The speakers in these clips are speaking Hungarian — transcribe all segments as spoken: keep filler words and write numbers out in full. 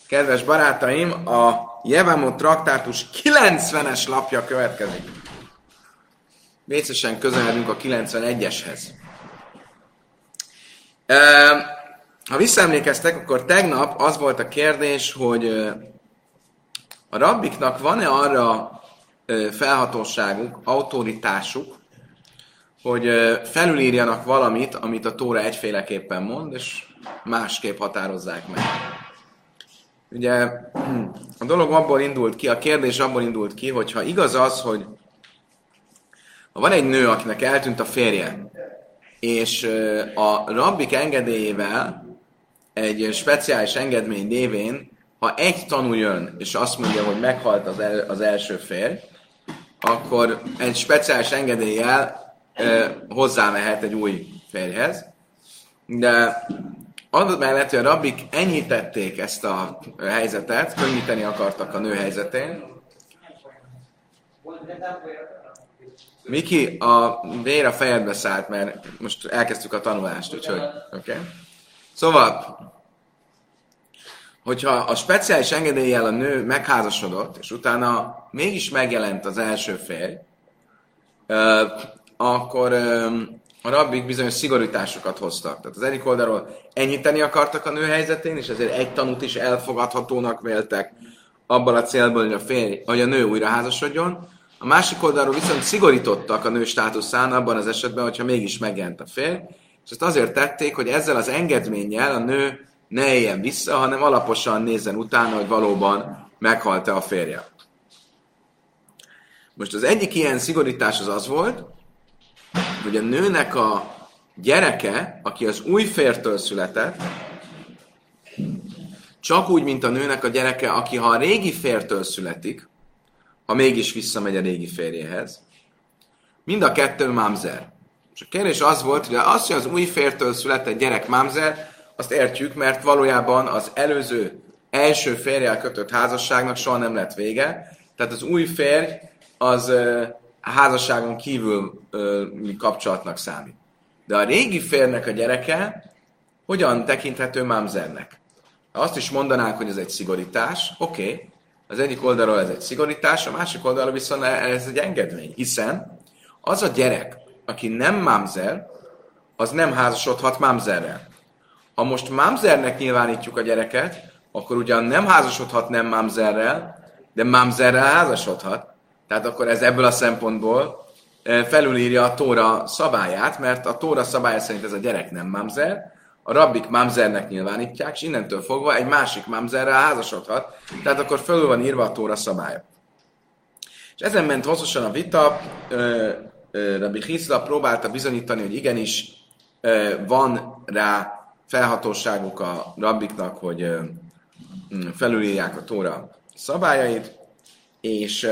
Kedves barátaim, a Jevamot traktátus kilencvenes lapja következik. Vécesen közeledünk a kilencvenegyeshez. Ha visszaemlékeztek, akkor tegnap az volt a kérdés, hogy a rabbiknak van-e arra felhatóságuk, autoritásuk, hogy felülírjanak valamit, amit a Tóra egyféleképpen mond, és másképp határozzák meg. Ugye a dolog abból indult ki, a kérdés abból indult ki, hogyha igaz az, hogy ha van egy nő, akinek eltűnt a férje, és a rabbik engedélyével egy speciális engedmény révén, ha egy tanú jön, és azt mondja, hogy meghalt az, el, az első férj, akkor egy speciális engedéllyel eh, hozzámehet egy új férjhez. De adott mellett, hogy a rabbik enyhítették ezt a helyzetet, könnyíteni akartak a nő helyzetén. Miki, a vér a fejedbe szállt, mert most elkezdtük a tanulást, úgyhogy oké. Okay. Szóval, hogyha a speciális engedéllyel a nő megházasodott, és utána mégis megjelent az első férj, akkor a rabbik bizonyos szigorításokat hoztak. Tehát az egyik oldalról enyhíteni akartak a nő helyzetén, és ezért egy tanút is elfogadhatónak véltek abban a célból, hogy a, férj, hogy a nő újra házasodjon. A másik oldalról viszont szigorítottak a nő státuszán abban az esetben, hogyha mégis megjelent a férj, és ezt azért tették, hogy ezzel az engedménnyel a nő ne éljen vissza, hanem alaposan nézzen utána, hogy valóban meghalt-e a férje. Most az egyik ilyen szigorítás az az volt, hogy a nőnek a gyereke, aki az új fértől született, csak úgy, mint a nőnek a gyereke, aki ha a régi fértől születik, ha mégis visszamegy a régi férjéhez, mind a kettő mamzer. És a kérdés az volt, hogy az, hogy az új fértől született gyerek mamzer, azt értjük, mert valójában az előző első férjel kötött házasságnak soha nem lett vége, tehát az új férj az a házasságon kívül kapcsolatnak számít. De a régi férjnek a gyereke hogyan tekinthető mamzernek? Azt is mondanánk, hogy ez egy szigorítás, oké, okay. Az egyik oldalról ez egy szigorítás, a másik oldalról viszont ez egy engedmény, hiszen az a gyerek, aki nem mamzer, az nem házasodhat mamzerrel. Ha most mamzernek nyilvánítjuk a gyereket, akkor ugyan nem házasodhat nem mamzerrel, de mamzerrel házasodhat. Tehát akkor ez ebből a szempontból felülírja a Tóra szabályát, mert a Tóra szabálya szerint ez a gyerek nem mamzer, a rabbik mamzernek nyilvánítják, és innentől fogva egy másik mamzerrel házasodhat, tehát akkor felül van írva a Tóra szabálya. És ezen ment hosszasan a vita, Rabbi Hiszla próbálta bizonyítani, hogy igenis van rá felhatóságuk a rabbiknak, hogy felülírják a Tóra szabályait, és,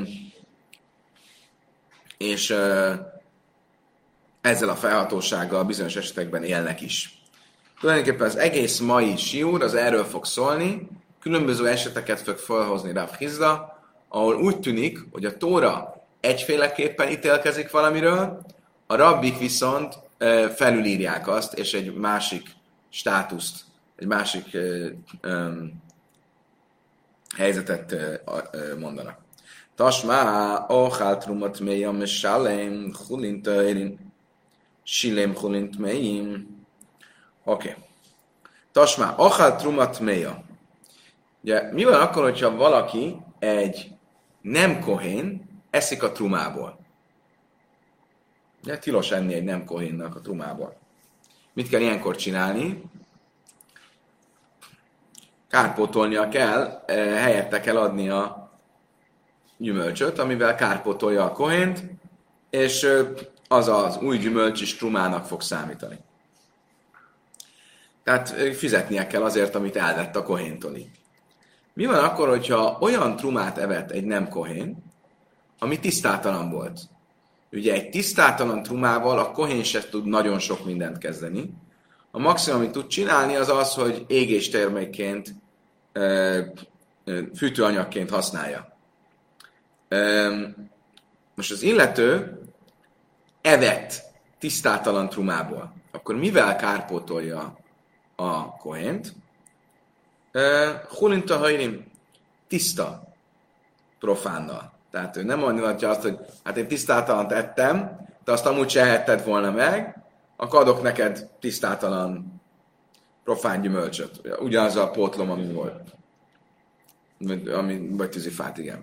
és ezzel a felhatósággal bizonyos esetekben élnek is. Tulajdonképpen az egész mai siúr az erről fog szólni, különböző eseteket fog felhozni Rav Hizda, ahol úgy tűnik, hogy a Tóra egyféleképpen ítélkezik valamiről, a rabbik viszont felülírják azt, és egy másik státuszt, egy másik um, helyzetet uh, mondanak. Tasmá, ochál trumat mélyam, és sálem, hulint érin, silem hulint mélyim. Oké. Okay. Tasmá, ochál trumat mélyam. Ugye, mi van akkor, hogyha valaki egy nem kohén eszik a trumából? Ugye, tilos enni egy nem kohénnak a trumából. Mit kell ilyenkor csinálni? Kárpótolnia kell, helyette kell adni a gyümölcsöt, amivel kárpótolja a kohént, és az az új gyümölcs is trumának fog számítani. Tehát fizetnie kell azért, amit elvett a kohéntól. Mi van akkor, hogyha olyan trumát evett egy nem kohén, ami tisztátalan volt? Ugye egy tisztátalan trumával a kohén se tud nagyon sok mindent kezdeni. A maximum, amit tud csinálni, az az, hogy égéstermékként, fűtőanyagként használja. Most az illető evett tisztátalan trumából. Akkor mivel kárpótolja a kohént? Hulinta hajrim, tiszta profánnal. Tehát ő nem mondja azt, hogy hát én tisztátalant ettem, de azt amúgy se ehetted volna meg, akkor adok neked tisztátalan profán gyümölcsöt. Ugyanaz a pótlom, ami volt. Ami, vagy tűzifát, igen.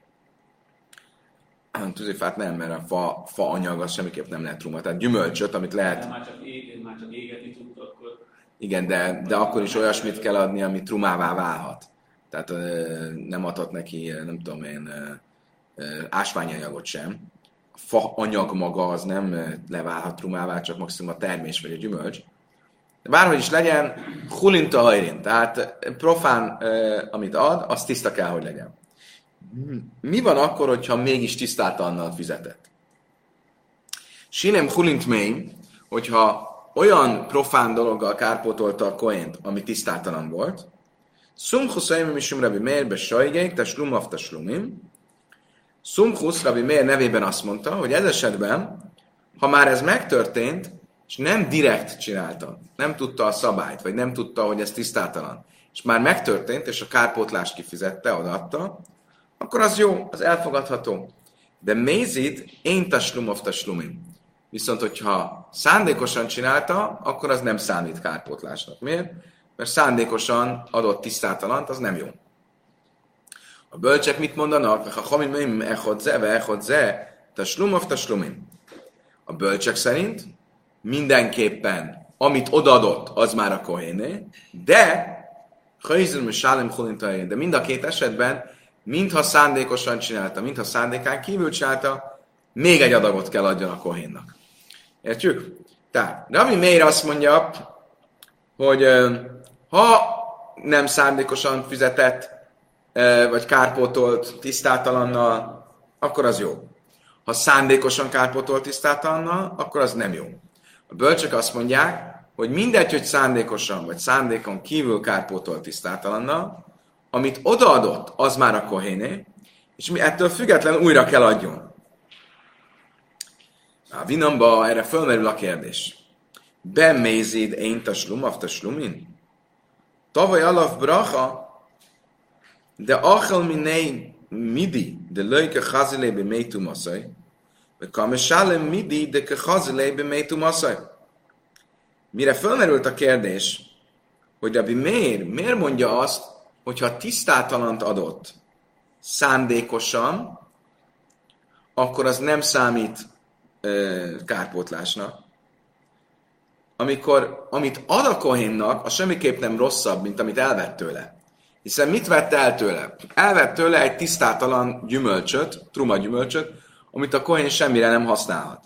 Tűzifát nem, mert a fa, fa anyag az semmiképp nem lehet truma. Tehát gyümölcsöt, amit lehet... De már csak, ég, már csak égetni tudta, akkor... Igen, de, de akkor is olyasmit kell adni, ami trumává válhat. Tehát nem adhat neki, nem tudom én, ásványanyagot sem. A fa anyag maga az nem leválhat trumává, csak maximum a termés vagy a gyümölcs. De bárhogy is legyen, hulinta hajrin, tehát profán, amit ad, az tiszta kell, hogy legyen. Mi van akkor, hogyha mégis tisztátalannal fizetett? Sinem hulint mély, hogyha olyan profán dologgal kárpótolta a koént, ami tisztátalan volt, Szumchusz Rabi Misum Rabi Meir besajgék, teslum af teslumim. Szumchusz Rabi Meir nevében azt mondta, hogy ez esetben, ha már ez megtörtént, és nem direkt csinálta, nem tudta a szabályt, vagy nem tudta, hogy ez tisztátalan, és már megtörtént, és a kárpótlást kifizette, odaadta, akkor az jó, az elfogadható. De mézid, én taslum of taslumim. Viszont, hogyha szándékosan csinálta, akkor az nem számít kárpótlásnak. Miért? Mert szándékosan adott tisztátalant, az nem jó. A bölcsek mit mondanak? Ha hamim echodze, ve echodze, taslum of taslumim. A bölcsek szerint mindenképpen, amit odaadott, az már a kohéné, de de mind a két esetben, mintha szándékosan csinálta, mintha szándékán kívül csinálta, még egy adagot kell adjon a kohénnak. Értjük? Tehát, Rabi Meir azt mondja, hogy ha nem szándékosan fizetett, vagy kárpótolt tisztátalannal, akkor az jó. Ha szándékosan kárpótolt tisztátalannal, akkor az nem jó. A bölcsök azt mondják, hogy mindegy, hogy szándékosan vagy szándékon kívül kárpótolt tisztátalannal, amit odaadott, az már a kohéné, és mi ettől függetlenül újra kell adjon. A Vinamba erre fölmerül a kérdés. Ben mézid én taslum, af taslumin? Tavaly alaf bracha, de achel minei midi, de leuke chazile be meitu masai, de kamesale midi, de ke chazile be meitu masai. Mire fölmerült a kérdés, hogy Rabbi Meir miért mondja azt, hogyha tisztátalant adott szándékosan, akkor az nem számít ö, kárpótlásnak. Amikor, amit ad a kohénnak, az semmiképp nem rosszabb, mint amit elvett tőle. Hiszen mit vett el tőle? Elvett tőle egy tisztátalan gyümölcsöt, truma gyümölcsöt, amit a kohén semmire nem használhat.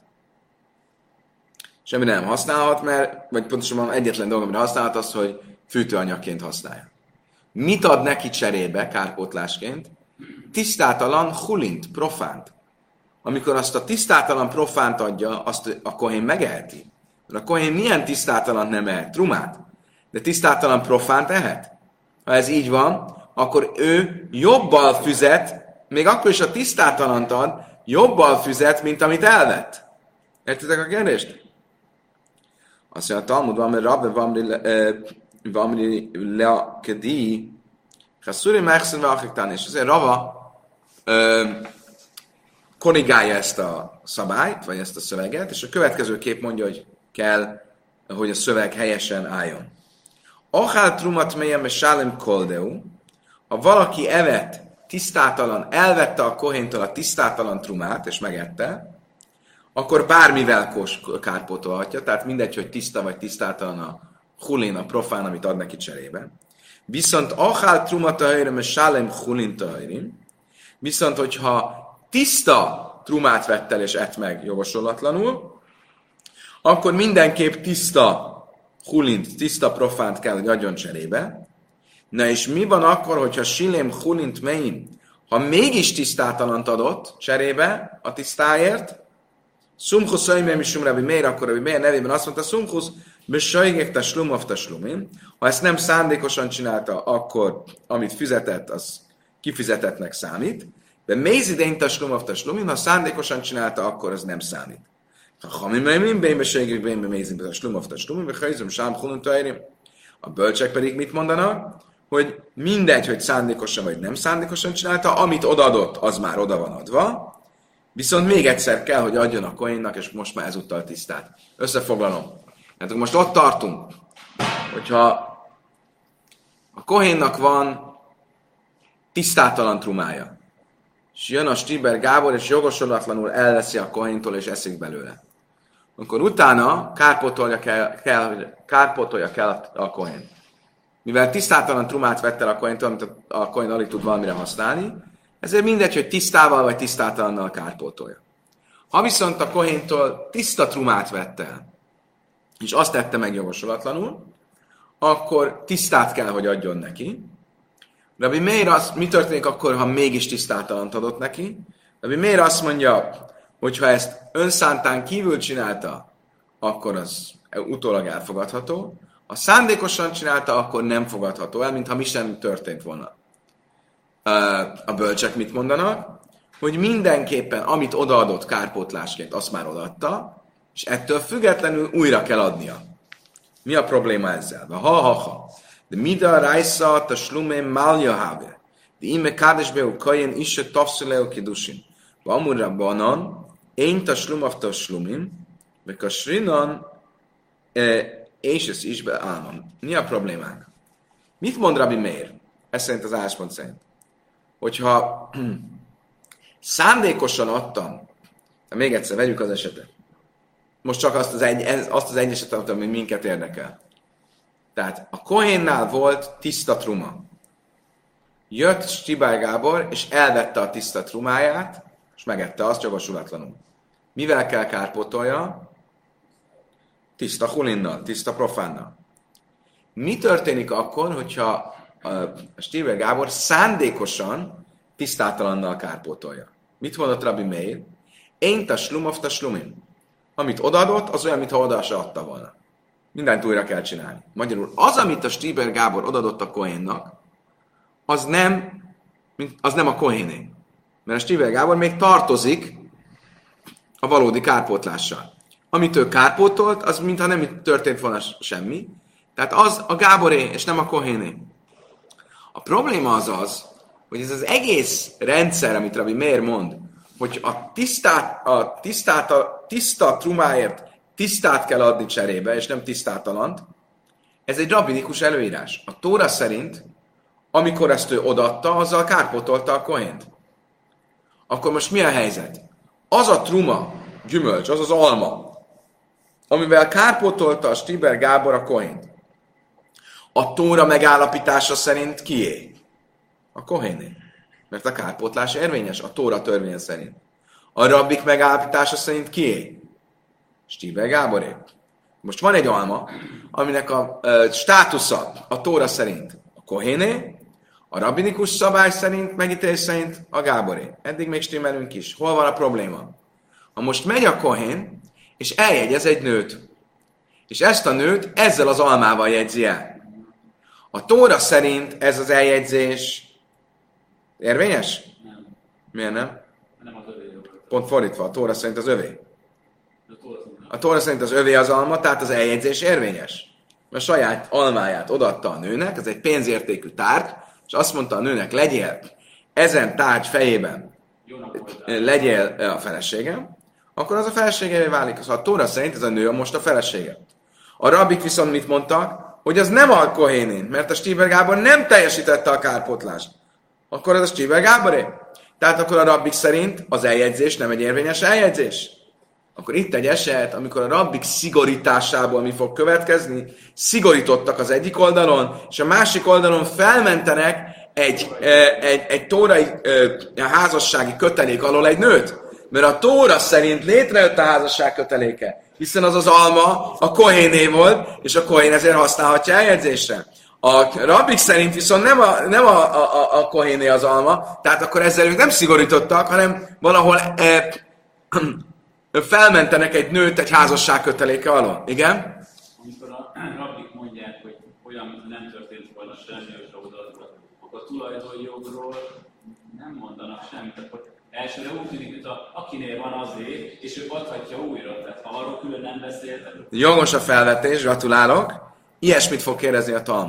Semmire nem használhat, mert, vagy pontosabban egyetlen dolog, amire használhat, az, hogy fűtőanyagként használja. Mit ad neki cserébe, kárpótlásként? Tisztátalan hulint, profánt. Amikor azt a tisztátalan profánt adja, azt a kohén megeheti. Mert a kohén milyen tisztátalan nem ehet? Trumát. De tisztátalan profánt ehet? Ha ez így van, akkor ő jobbal füzet, még akkor is a tisztátalant ad, jobbal füzet, mint amit elvett. Értitek a kérdést? Azt mondja, a Talmudban, mert Rabbe vamri lea kedi, chasszuri mechszen vachiktan, és azért Rava ö, korrigálja ezt a szabályt, vagy ezt a szöveget, és a következő kép mondja, hogy kell, hogy a szöveg helyesen álljon. Achál trumat melyem sálem koldeu, ha valaki evett tisztátalan, elvette a kohéntől a tisztátalan trumát, és megette, akkor bármivel kos, kárpótolhatja, tehát mindegy, hogy tiszta vagy tisztátalan a hulén, a profán, amit ad neki cserébe. Viszont achál trumata hajrem és sálem hulin tahajrim, viszont hogyha tiszta trumát vett el és ett meg jogosulatlanul, akkor mindenképp tiszta hulint, tiszta profánt kell, hogy adjon cserébe. Na és mi van akkor, hogyha silém hulint mein, ha mégis tisztátalant adott cserébe a tisztáért, Szumchusz Szajmém is Rabi Meir, akkor Rabi Meir nevében azt mondta, Szumchusz besajgek taslum of taslumim. Ha ezt nem szándékosan csinálta, akkor amit fizetett, az kifizetettnek számít. De mézidén taslum of taslumim, ha szándékosan csinálta, akkor az nem számít. Ha mi még bénbe segít, bénbe mézidén taslum of taslumim, vagy hajzom sám hulun tajrim. A bölcsek pedig mit mondanak? hogy mindegy, hogy szándékosan vagy nem szándékosan csinálta, amit odaadott, az már oda van adva, viszont még egyszer kell, hogy adjon a kohénnak, és most már ezúttal tisztát. Összefoglalom. Hát most ott tartunk, hogyha a kohénnak van tisztátalan trumája, és jön a Stiber Gábor, és jogosulatlanul elveszi a kohéntól, és eszik belőle. Akkor utána kárpótolja kell, kell, kárpótolja kell a, a kohén. Mivel tisztátalan trumát vett el a kohéntól, amit a, a kohén alig tud valamire használni, ezért mindegy, hogy tisztával vagy tisztátalannal kárpótolja. Ha viszont a kohéntól tiszta trumát vett el, és azt tette meg jogosulatlanul, akkor tisztát kell, hogy adjon neki. Rabbi Meir azt, mi történik akkor, ha mégis tisztátalant adott neki? Rabbi Meir azt mondja, hogy ha ezt önszántán kívül csinálta, akkor az utólag elfogadható. Ha szándékosan csinálta, akkor nem fogadható el, mintha mi sem történt volna. A bölcsek mit mondanak? Hogy mindenképpen, amit odaadott kárpótlásként, azt már odaadta, és ettől függetlenül újra kell adnia. Mi a probléma ezzel? Ha, ha, ha. De mida rajsza a slumén malja have. De ime kádesbeu kajen isse tafszuleu kidusin. Amurra banan, én a slumafta slumin, meg a srinan, és ez is be álmom. Mi a problémánk? Mit mond Rabbi Meir? Ez szerint az álláspont szerint. Hogyha szándékosan adtam, még egyszer vegyük az esetet. Most csak azt az egy, azt az egy esetet, ami minket érdekel. Tehát a kohénnál volt tiszta truma. Jött Stibár Gábor, és elvette a tiszta trumáját, és megette azt jogosulatlanul. Mivel kell kárpótolja? Tiszta hulinnal, tiszta profánnal. Mi történik akkor, hogyha a Stibár Gábor szándékosan tisztátalannal kárpótolja? Mit mondott Rabbi Meir? Én ta slum of ta slumin. Amit odaadott, az olyan, mintha oda se adta volna. Mindent újra kell csinálni. Magyarul az, amit a Stibár Gábor odaadott a kohénnak, az nem, az nem a kohéné. Mert a Stibár Gábor még tartozik a valódi kárpótlással. Amit ő kárpótolt, az mintha nem történt volna semmi. Tehát az a Gáboré, és nem a kohéné. A probléma az az, hogy ez az egész rendszer, amit Rabbi Meir mond, hogy a, tisztát, a, tisztát, a tiszta trumáért tisztát kell adni cserébe, és nem tisztátalant, ez egy rabbinikus előírás. A Tóra szerint, amikor ezt ő odaadta, azzal kárpótolta a kohént. Akkor most mi a helyzet? Az a truma, gyümölcs, az az alma, amivel kárpótolta a Stibár Gábor a kohént, a Tóra megállapítása szerint kié? A kohéné. Mert a kárpótlás érvényes a Tóra törvény szerint. A rabbik megállapítása szerint kié? Stibár Gáboré. Most van egy alma, aminek a uh, státusza a Tóra szerint a kohéné, a rabbinikus szabály szerint, megítélés szerint a Gáboré. Eddig még stimmelünk is. Hol van a probléma? Ha most megy a kohén, és eljegyez egy nőt, és ezt a nőt ezzel az almával jegyzi el. A Tóra szerint ez az eljegyzés érvényes? Nem. Miért nem? Nem az övé. Pont fordítva, a Tóra szerint az övé. A Tóra szerint. A Tóra szerint az övé az alma, tehát az eljegyzés érvényes. A saját almáját odaadta a nőnek, ez egy pénzértékű tárgy, és azt mondta a nőnek, legyél ezen tárgy fejében, legyél a feleségem, akkor az a feleségévé válik. Ha a Tóra szerint ez a nő most a felesége. A rabbik viszont mit mondtak? Hogy az nem a kohénén, mert a Stibár Gábor nem teljesítette a kárpótlást. Akkor az a Stibár Gáboré. Tehát akkor a rabbik szerint az eljegyzés nem egy érvényes eljegyzés. Akkor itt egy eset, amikor a rabbik szigorításából mi fog következni, szigorítottak az egyik oldalon, és a másik oldalon felmentenek egy, egy, egy tórai házassági kötelék alól egy nőt. Mert a Tóra szerint létrejött a házasság köteléke, hiszen az az alma a kohéné volt, és a kohén ezért használhatja eljegyzésre. A rabbik szerint viszont nem a, nem a, a, a kohéné az alma, tehát akkor ezzel ők nem szigorítottak, hanem valahol e, felmentenek egy nőt egy házasság köteléke alól. Igen? Amikor a rabbik mondják, hogy olyan nem történt volna semmi, és odaadva, akkor a tulajdonjogról nem mondanak semmit, akkor elsőre úgy tűnik, hogy a, akinél van azért, és ő adhatja újra. Tehát ha arról külön nem beszéltek. Jogos a felvetés, gratulálok. Ilyesmit fog kérdezni a Talmud.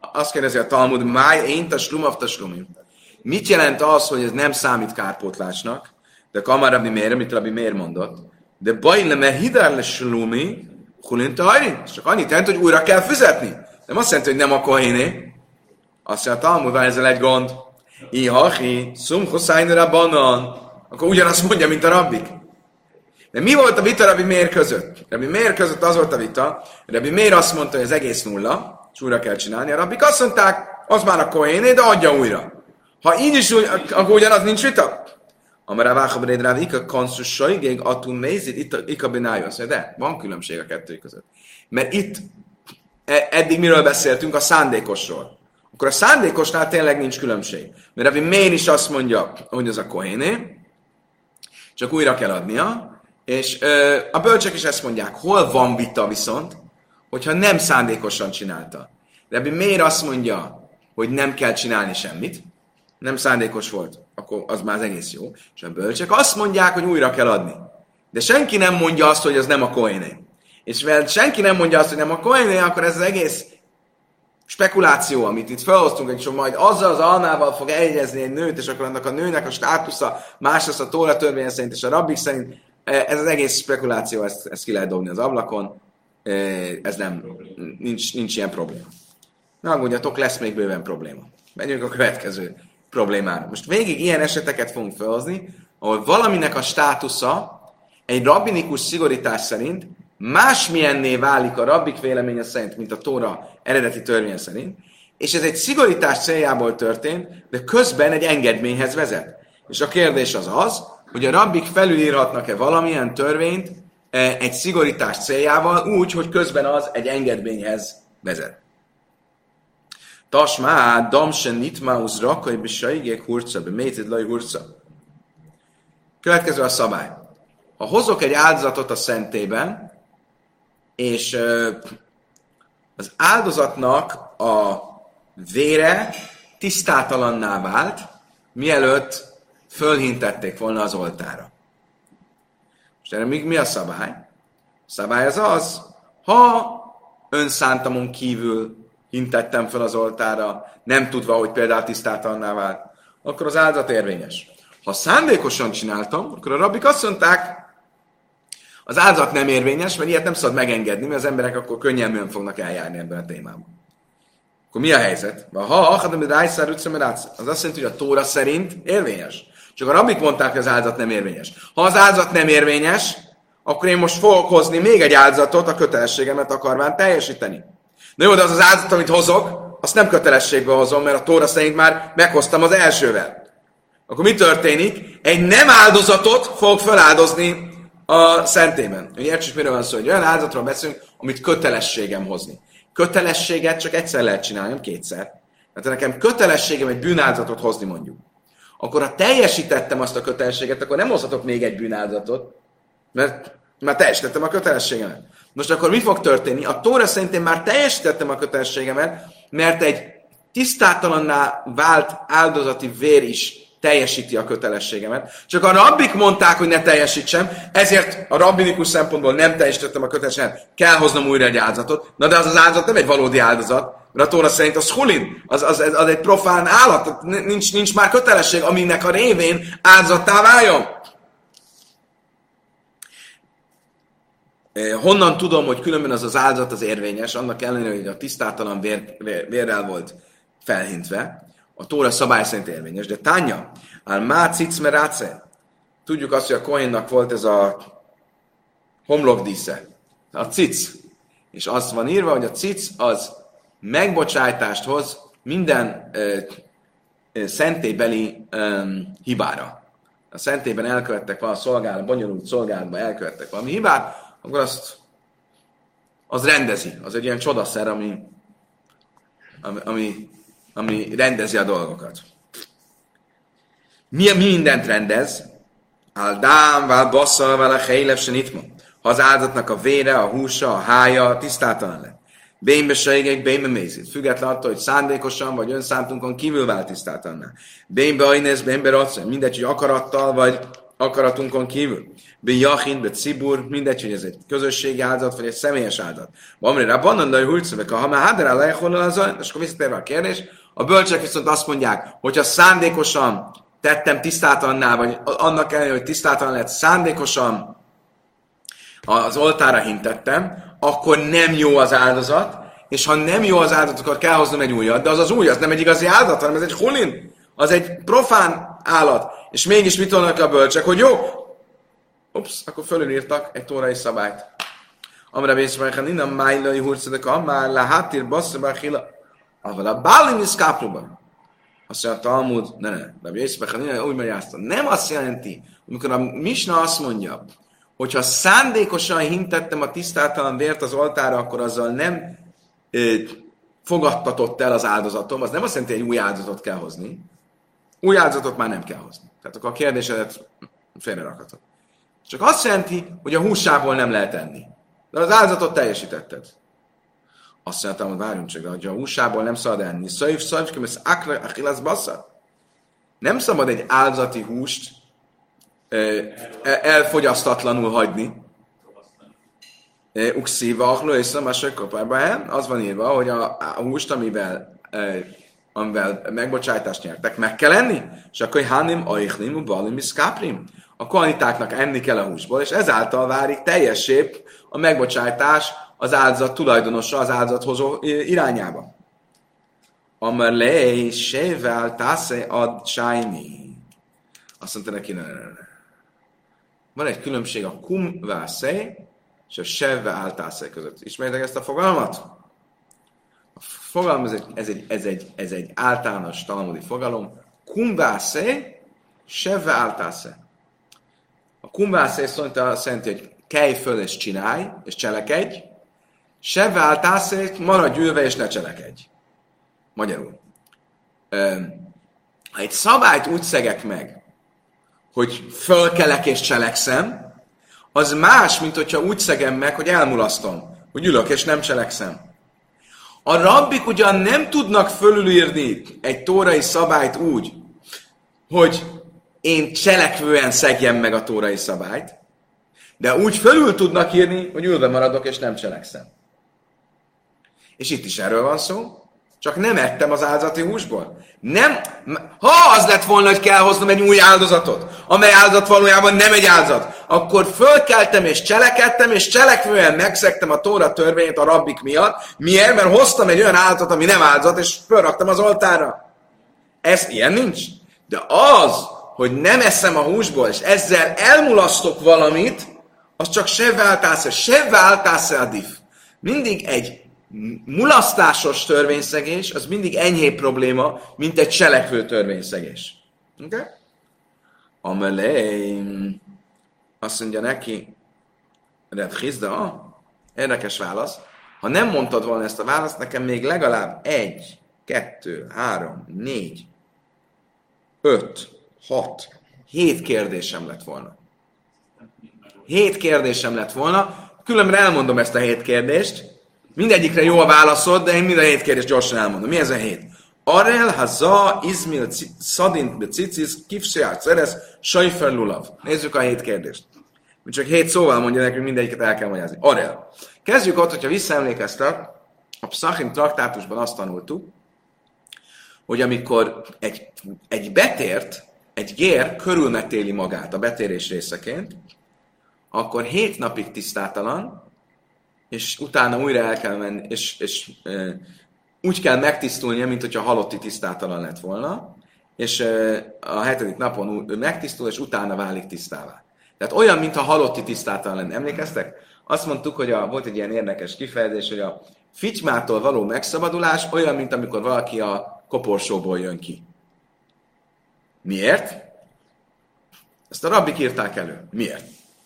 azt kérdezi a Talmud, máj én taslum, taslumim. Mit jelent az, hogy ez nem számít kárpótlásnak? De Kamar Rabbi Meir, amit Rabbi Meir mondott. De bajle me hidár le slumi, hulint hajrin. Csak annyit jelent, hogy újra kell fizetni. Nem azt jelenti, hogy nem a kohéné. Azt mondja, a Talmud, van ezzel egy gond. Ihachi, szumchoszájnera banan. Akkor ugyanazt mondja, mint a rabbik. De mi volt a vita Rabbi Meir között? Rabbi Meir között az volt a vita, Rabbi Meir azt mondta, hogy ez egész nulla, és újra kell csinálni. A rabbik azt mondták, az már a kohéné, de adja újra. Ha így is, akkor ugyanaz nincs vita. Amara váhabréd rá, ika konszus sajgég, atun mézid, ika benájó. De van különbség a kettő között. Mert itt eddig miről beszéltünk? A szándékosról. Akkor a szándékosnál tényleg nincs különbség. Mert Rabbi Meir is azt mondja, hogy az a kohéné, csak újra kell adnia, és ö, a bölcsek is ezt mondják, hol van vita viszont, hogyha nem szándékosan csinálta. Rabbi Meir azt mondja, hogy nem kell csinálni semmit, nem szándékos volt, akkor az már az egész jó. És a bölcsek azt mondják, hogy újra kell adni. De senki nem mondja azt, hogy az nem a kohéné. És mert senki nem mondja azt, hogy nem a kohéné, akkor ez az egész spekuláció, amit itt felhoztunk, hogy majd azzal az almával fog eljegyezni egy nőt, és akkor annak a nőnek a státusza más lesz a Tóra törvény szerint, és a rabbik szerint. Ez az egész spekuláció, ezt, ezt ki lehet dobni az ablakon. Ez nem, nincs, nincs ilyen probléma. Ne aggódjatok, lesz még bőven probléma. Menjünk a következő problémára. Most végig ilyen eseteket fogunk felhozni, ahol valaminek a státusza egy rabbinikus szigorítás szerint másmilyenné válik a rabbik véleménye szerint, mint a Tóra eredeti törvény szerint, és ez egy szigorítás céljából történt, de közben egy engedményhez vezet. És a kérdés az az, hogy a rabbik felülírhatnak-e valamilyen törvényt egy szigorítás céljával úgy, hogy közben az egy engedményhez vezet. Tasmá, damsen nitmáusz rakai bisaigék hurca, bemétid laj hurca. Következő a szabály. Ha hozok egy áldozatot a szentében, és az áldozatnak a vére tisztátalanná vált, mielőtt fölhintették volna az oltára. És erre még mi a szabály? A szabály az az, ha önszántamon kívül hintettem fel az oltára, nem tudva, hogy például tisztátalanná vált, akkor az áldozat érvényes. Ha szándékosan csináltam, akkor a rabbik azt mondták, az áldozat nem érvényes, mert ilyet nem szabad megengedni, mert az emberek akkor könnyelműen fognak eljárni ebben a témában. Akkor mi a helyzet? Ha akadom, hogy rájszár, az azt jelenti, hogy a Tóra szerint érvényes. Csak a rabbik mondták, hogy az áldozat nem érvényes. Ha az áldozat nem érvényes, akkor én most fogok hozni még egy áldozatot a kötelességemet akarván teljesíteni. Na jó, de az az áldozat, amit hozok, azt nem kötelességbe hozom, mert a Tóra szerint már meghoztam az elsővel. Akkor mi történik? Egy nem áldozatot fogok feláldozni a szentében. Értsük, miről van szó, hogy olyan áldozatról beszélünk, amit kötelességem hozni. Kötelességet csak egyszer lehet csinálni, nem kétszer. Mert nekem kötelességem egy bűnáldozatot hozni mondjuk. Akkor ha teljesítettem azt a kötelességet, akkor nem hozhatok még egy bűnáldozatot, mert már teljesítettem a kötelességemet. Most akkor mi fog történni? A Tóra szerint én már teljesítettem a kötelességemet, mert egy tisztátalanná vált áldozati vér is teljesíti a kötelességemet. Csak a rabbik mondták, hogy ne teljesítsem, ezért a rabbinikus szempontból nem teljesítettem a kötelességemet, kell hoznom újra egy áldozatot. Na de az az áldozat nem egy valódi áldozat, mert a Tóra szerint az hulin, az, az, az egy profán állat, nincs, nincs már kötelesség, aminek a révén áldozattá váljon. Honnan tudom, hogy különben az az áldozat az érvényes, annak ellenére, hogy a tisztátalan vér, vér, vérrel volt felhintve, a Tóra szabály szerint érvényes. De Tánya, al má cic meráce, tudjuk azt, hogy a kohénnak volt ez a homlokdísze, a cic. És azt van írva, hogy a cic az megbocsájtást hoz minden ö, ö, szentélybeli ö, hibára. A szentélyben elkövettek valami szolgálat, bonyolult szolgálatban elkövettek valami hibát, akkor azt az rendezi. Az egy ilyen csodaszer, ami, ami, ami, ami rendezi a dolgokat. Mi, mi mindent rendez? Áldám, vál basszal, vál a helylev se nitma. Ha az áldozatnak a vére, a húsa, a hája tisztátalan lett. Bénbe sejgek, bénbe mézít. Független attól, hogy szándékosan vagy önszántunkon kívül vált tisztátalanná. Bénbe ajnéz, bénbe racsa. Mindegy, hogy akarattal vagy akaratunkon kívül. Be jachin, be cibur, mindegy, hogy ez egy közösségi áldozat, vagy egy személyes áldozat. Amri rabbanan, de hulcövek, ha már hádere lejholol az olyan, és akkor visszatérve a kérdés, a bölcsek viszont azt mondják, hogyha szándékosan tettem tisztátalanná, vagy annak ellenére, hogy tisztátalan lett, szándékosan az oltára hintettem, akkor nem jó az áldozat, és ha nem jó az áldozat, akkor kell hoznom egy újat, de az az új, az nem egy igazi áldozat, hanem ez egy hulin, az egy profán állat. És mégis mit mondanak a bölcsek, hogy jó, ups, akkor fölülírtak egy tórai szabályt. Amra vészmelyeken innen májlai hurcadaka, már lehátír basszabár hila, ahol a bálim is kápruban. Azt mondja a Talmud, ne, ne, de vészmelyeken innen úgy magyarázta. Nem azt jelenti, amikor a Misna azt mondja, hogyha szándékosan hintettem a tisztátalan vért az oltára, akkor azzal nem ö, fogadtatott el az áldozatom, az nem azt jelenti, hogy egy új áldozatot kell hozni. Új áldozatot már nem kell hozni. Tehát akkor a kérdésedet félrerakhatod. Csak azt jelenti, hogy a húsából nem lehet enni. De az áldozatot teljesítetted. Azt mondtam, hogy várjunk csak, de hogy a húsából nem szabad enni. Szöjv, szöjv, kömesz akra, achilasz bassza. Nem szabad egy áldozati húst elfogyasztatlanul hagyni. Ukszíva, achló és szamások kopárban. Az van írva, hogy a, a húst, amivel, amivel megbocsájtást nyertek, meg kell enni. És akkor hanem aichnim, balim, iszkáprim. A kohanitáknak enni kell a húsból, és ezáltal válik teljessépp a megbocsájtás az áldozat tulajdonosa, az áldozathozó irányába. Amerlei, sével, tásze, ad, sájni. Azt mondta neki, ne, ne, ne. Van egy különbség a kum vászé és a sevve áltászé között. Ismeritek ezt a fogalmat? A fogalom, ez egy, ez egy, ez egy, ez egy általános talmudi fogalom. Kum vászé, sevve áltászé. A kum vászé szóval azt jelenti, hogy kelj föl és csinálj, és cselekedj. Sevve áltászé, maradj ülve és ne cselekedj. Magyarul. Ha egy szabályt úgy szegek meg, hogy fölkelek és cselekszem, az más, mint hogyha úgy szegem meg, hogy elmulasztom, hogy ülök és nem cselekszem. A rabbik ugyan nem tudnak fölülírni egy tórai szabályt úgy, hogy én cselekvően szegjem meg a tórai szabályt, de úgy fölül tudnak írni, hogy ülve maradok és nem cselekszem. És itt is erről van szó, csak nem ettem az áldozati húsból. Nem, ha az lett volna, hogy kell hoznom egy új áldozatot, amely áldozat valójában nem egy áldozat, akkor fölkeltem és cselekedtem, és cselekvően megszegtem a Tóra törvényét a rabbik miatt. Miért? Mert hoztam egy olyan áldozatot, ami nem áldozat, és fölraktam az oltárra. Ez ilyen nincs. De az, hogy nem eszem a húsból, és ezzel elmulasztok valamit, az csak se váltász, se váltász a div. Mindig egy mulasztásos törvényszegés, az mindig enyhébb probléma, mint egy cselekvő törvényszegés. Oké? Okay? Amelé, azt mondja neki, Reb Chizda, érdekes válasz, ha nem mondtad volna ezt a választ, nekem még legalább egy, kettő, három, négy, öt, hat, hét kérdésem lett volna. Hét kérdésem lett volna, különben elmondom ezt a hét kérdést, mindegyikre jó a válaszod, de én mind a hét kérdést gyorsan elmondom. Mi ez a hét? Arel, haza, izmil, szadint, becicis, kifseát, szerez, sajfer, lulav. Nézzük a hét kérdést. Csak hét szóval mondja nekünk, mindegyiket el kell magyarázni. Arel. Kezdjük ott, hogyha visszaemlékeztek, a Pszachim traktátusban azt tanultuk, hogy amikor egy, egy betért, egy gér körülmetéli magát a betérés részeként, akkor hét napig tisztátalan, és utána újra el kell menni, és, és e, úgy kell megtisztulnia, mint hogyha halotti tisztátalan lett volna, és e, a hetedik napon ő megtisztul, és utána válik tisztává. Tehát olyan, mintha halotti tisztátalan lenne. Emlékeztek? Azt mondtuk, hogy a, volt egy ilyen érdekes kifejezés, hogy a fitymától való megszabadulás olyan, mint amikor valaki a koporsóból jön ki. Miért? Ezt a rabbik írták elő. Miért?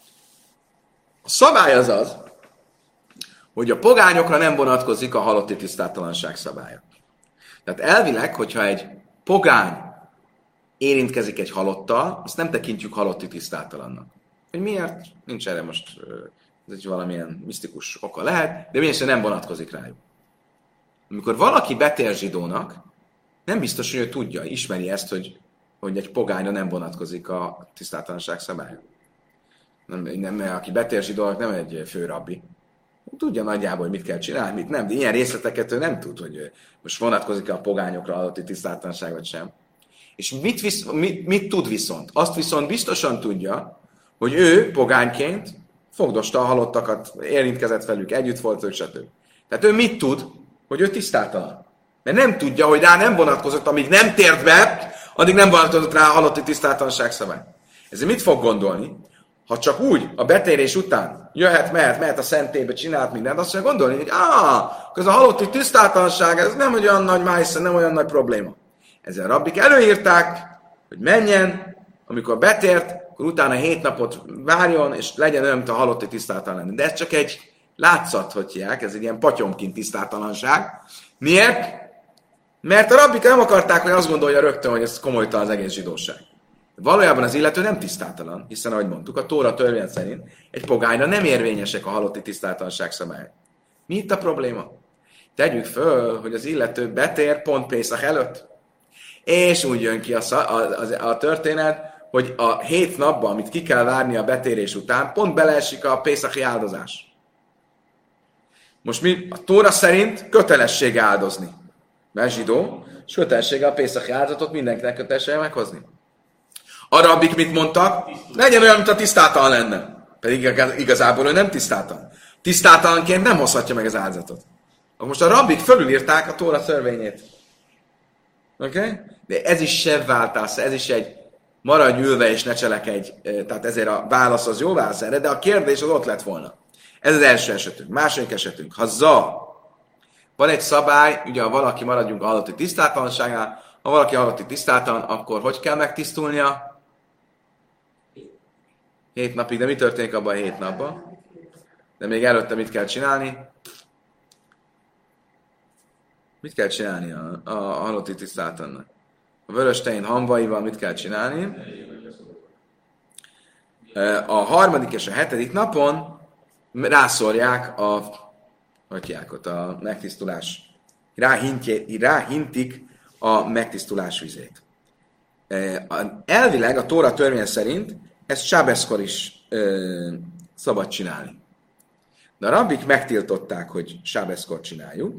A szabály az az, hogy a pogányokra nem vonatkozik a halotti tisztátalanság szabálya. Tehát elvileg, hogyha egy pogány érintkezik egy halottal, azt nem tekintjük halotti tisztátalannak. Hogy miért? Nincs erre most, ez egy valamilyen misztikus oka lehet, de mindjárt nem vonatkozik rájuk. Amikor valaki betér zsidónak, nem biztos, hogy ő tudja, ismeri ezt, hogy hogy egy pogányra nem vonatkozik a tisztátalanság szabálya. Nem, nem, aki betérsi dolgok, nem egy főrabbi. Tudja nagyjából, hogy mit kell csinálni, mit nem, de ilyen részleteket ő nem tud, hogy most vonatkozik a pogányokra adott tisztátalanság, vagy sem. És mit, visz, mit, mit tud viszont? Azt viszont biztosan tudja, hogy ő pogányként fogdosta a halottakat, érintkezett velük, együtt volt ők, stb. Tehát ő mit tud? Hogy ő tisztátalan. Mert nem tudja, hogy rá nem vonatkozott, amíg nem tért be, addig nem vonatkozott rá a halotti tisztátalanság szabály. Ezért mit fog gondolni? Ha csak úgy, a betérés után jöhet, mehet, mehet a szentélybe, csinált mindent, azt fogja gondolni, hogy áh, ez a halotti tisztátalanság, ez nem olyan nagy májsza, nem olyan nagy probléma. Ezzel a rabbik előírták, hogy menjen, amikor betért, akkor utána hét napot várjon, és legyen olyan, mint a halotti tisztátalan lenni. De ez csak egy látszat, hogy hívják, ez egy ilyen patyomként tisztátalanság. Miért? Mert a rabbik nem akarták, hogy azt gondolja rögtön, hogy ez komolytalan az egész zsidóság. Valójában az illető nem tisztátalan, hiszen ahogy mondtuk, a Tóra törvény szerint egy pogányra nem érvényesek a halotti tisztátalanság szabályai. Mi itt a probléma? Tegyük föl, hogy az illető betér pont Pészach előtt, és úgy jön ki a, a, a, a történet, hogy a hét napban, amit ki kell várni a betérés után, pont beleesik a pészachi áldozás. Most mi? A Tóra szerint kötelessége áldozni. Mert zsidó, és kötelessége a pészachi áldozatot mindenkinek kötelessége meghozni. A rabbik mit mondtak? Legyen olyan, mint a tisztátalan lenne. Pedig igazából ő nem tisztátalan. Tisztátalanként nem hozhatja meg az áldozatot. Most a rabbik fölülírták a Tóra törvényét. Oké? Okay? De ez is sevváltás, ez is egy maradj ülve és ne cselekedj. Tehát ezért a válasz az jó válasz erre, de a kérdés az ott lett volna. Ez az első esetünk. Második esetünk. Ha za, van egy szabály, ugye ha valaki maradjunk a halotti tisztátalanságánál, ha valaki halotti tisztátalan, akkor hogy kell megtisztulnia? Hét napig, de mi történik abban a hét napban? De még előtte mit kell csinálni? Mit kell csinálni a, a, a halotti tisztátalannak? A vörös tején hamvaival mit kell csinálni? A harmadik és a hetedik napon rászorják a, hogy hívják ott, a megtisztulás, ráhintje, ráhintik a megtisztulás vizét. Elvileg a Tóra törvény szerint ezt sábeszkor is ö, szabad csinálni. De a rabbik megtiltották, hogy sábeszkor csináljuk.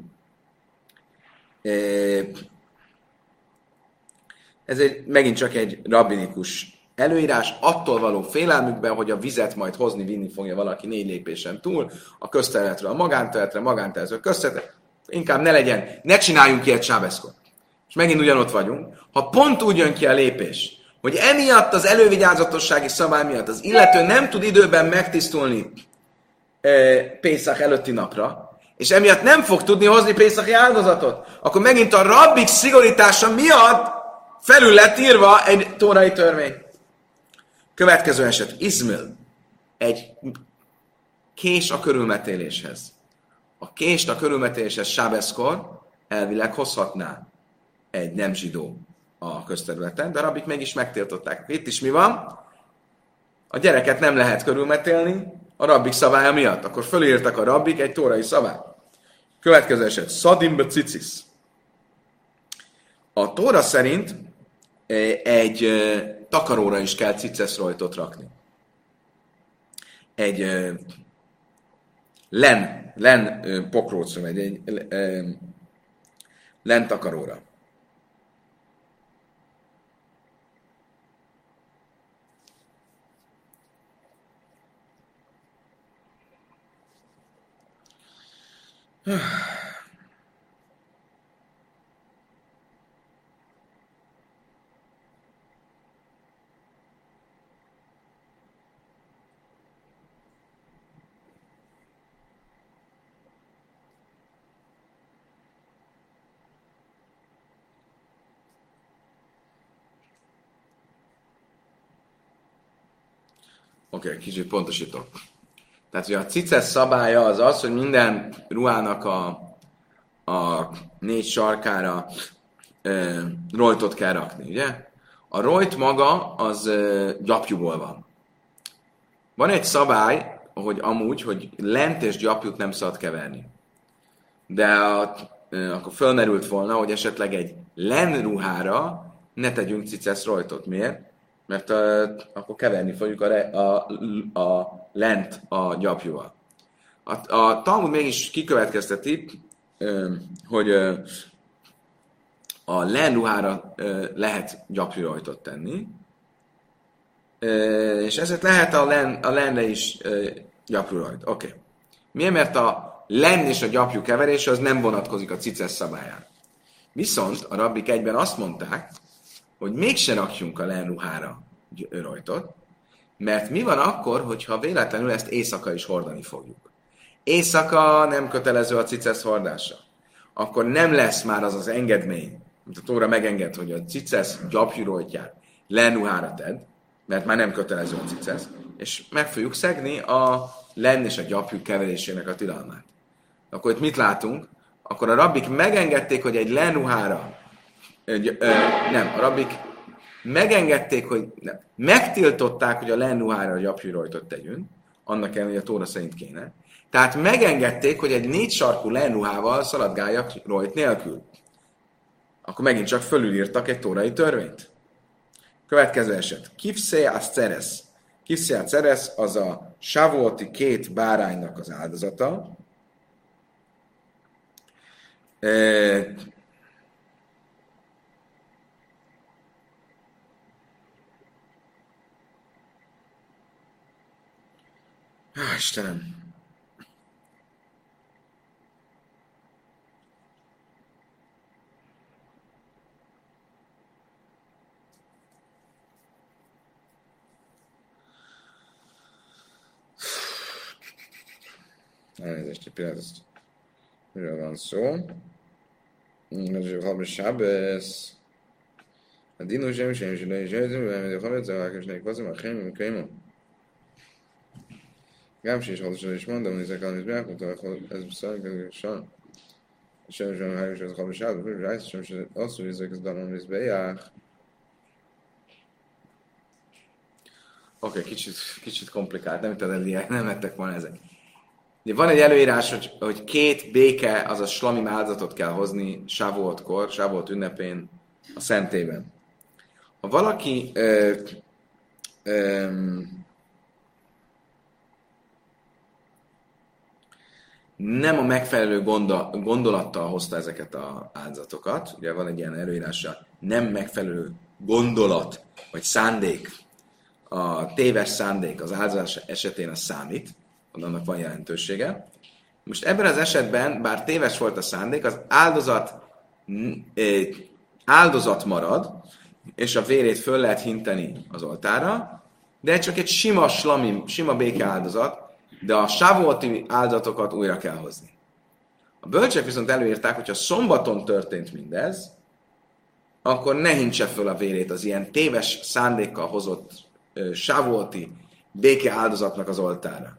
Ez egy, megint csak egy rabbinikus előírás, attól való félelmükben, hogy a vizet majd hozni, vinni fogja valaki négy lépésen túl, a közterületről a magánterületre, a magánterületről a közterületre, inkább ne legyen, ne csináljunk ilyet sábeszkor. És megint ugyanott vagyunk. Ha pont úgy jön ki a lépés, hogy emiatt az elővigyázatossági szabály miatt az illető nem tud időben megtisztulni e, Pészach előtti napra, és emiatt nem fog tudni hozni Pészachi áldozatot, akkor megint a rabbik szigorítása miatt felül lett írva egy tórai törvény. Következő eset, Izmil, egy kés a körülmetéléshez. A kést a körülmetéléshez sábeszkor elvileg hozhatná egy nem zsidó a közterületen, de a rabbik mégis megtiltották. Itt is mi van? A gyereket nem lehet körülmetélni a rabbik szabálya miatt. Akkor fölírtak a rabbik egy tórai szabályt. Következő eset, Szadimbe Cicis. A Tóra szerint egy takaróra is kell ciceszrojtot rakni. Egy len, len pokrócra, vagy egy len takaróra. Oké, okay, kicsit pontosítok. Tehát, hogy a cices szabálya az az, hogy minden ruhának a, a négy sarkára e, rojtot kell rakni, ugye? A rojt maga az e, gyapjúból van. Van egy szabály, hogy amúgy, hogy lent és gyapjút nem szabad keverni. De a, e, akkor fölmerült volna, hogy esetleg egy len ruhára ne tegyünk cicesz rojtot. Miért? Mert uh, akkor keverni fogjuk a, re, a, a lent a gyapjúval. A, a Talmud mégis kikövetkezteti, uh, hogy uh, a len ruhára uh, lehet gyapjúrojtot tenni, uh, és ezért lehet a, len, a lenre is uh, gyapjúrojt. Oké. Okay. Miért? Mert a len és a gyapjú keverése az nem vonatkozik a cicesz szabályára. Viszont a rabbik egyben azt mondták, hogy mégse rakjunk a len ruhára rojtot, mert mi van akkor, hogyha véletlenül ezt éjszaka is hordani fogjuk. Éjszaka nem kötelező a cicesz hordása. Akkor nem lesz már az az engedmény, mint a Tóra megenged, hogy a cicesz gyapjúrojtját len ruhára tedd, mert már nem kötelező a cicesz, és meg fogjuk szegni a len és a gyapjú keverésének a tilalmát. Akkor itt mit látunk? Akkor a rabbik megengedték, hogy egy len ruhára, ö, ö, nem, a rabbik megengedték, hogy nem, megtiltották, hogy a len ruhára a gyapjúrojtot tegyünk, annak ellenére, hogy a Tóra szerint kéne. Tehát megengedték, hogy egy négy sarkú len ruhával szaladgáljak rojt nélkül. Akkor megint csak fölülírtak egy tórai törvényt. Következő eset. Kifszé az ceresz. Kifszé az ceresz az a Shavuoti két báránynak az áldozata. E... Há, Istenem! Elnézést, egy pillanat, miről van szó. Habis Sábesz. A dinós sem sem sem sem sem sem sem sem sem sem sem sem Gámsi is hallottan is mondom, hogy ezek amit megmondtam, hogy ez szóval sem sem sem hájus az habis Sábesz, sem sem azt, hogy ezek az danon is bejár. Oké, kicsit, kicsit komplikált, nem tudom, nem ettek volna ezek. Ugye van egy előírás, hogy, hogy két béke, azaz slamim áldozatot kell hozni Sávuotkor, Sávuot ünnepén a szentében. Ha valaki ö, ö, nem a megfelelő gondol, gondolattal hozta ezeket az áldozatokat, ugye van egy ilyen előírása, nem megfelelő gondolat, vagy szándék, a téves szándék az áldozás esetén az számít, annak van jelentősége. Most ebben az esetben, bár téves volt a szándék, az áldozat áldozat marad, és a vérét föl lehet hinteni az oltára, de csak egy sima slamim, sima béke áldozat, de a sávuoti áldozatokat újra kell hozni. A bölcsek viszont előírták, hogyha szombaton történt mindez, akkor ne hintse föl a vérét az ilyen téves szándékkal hozott sávuoti béke áldozatnak az oltára.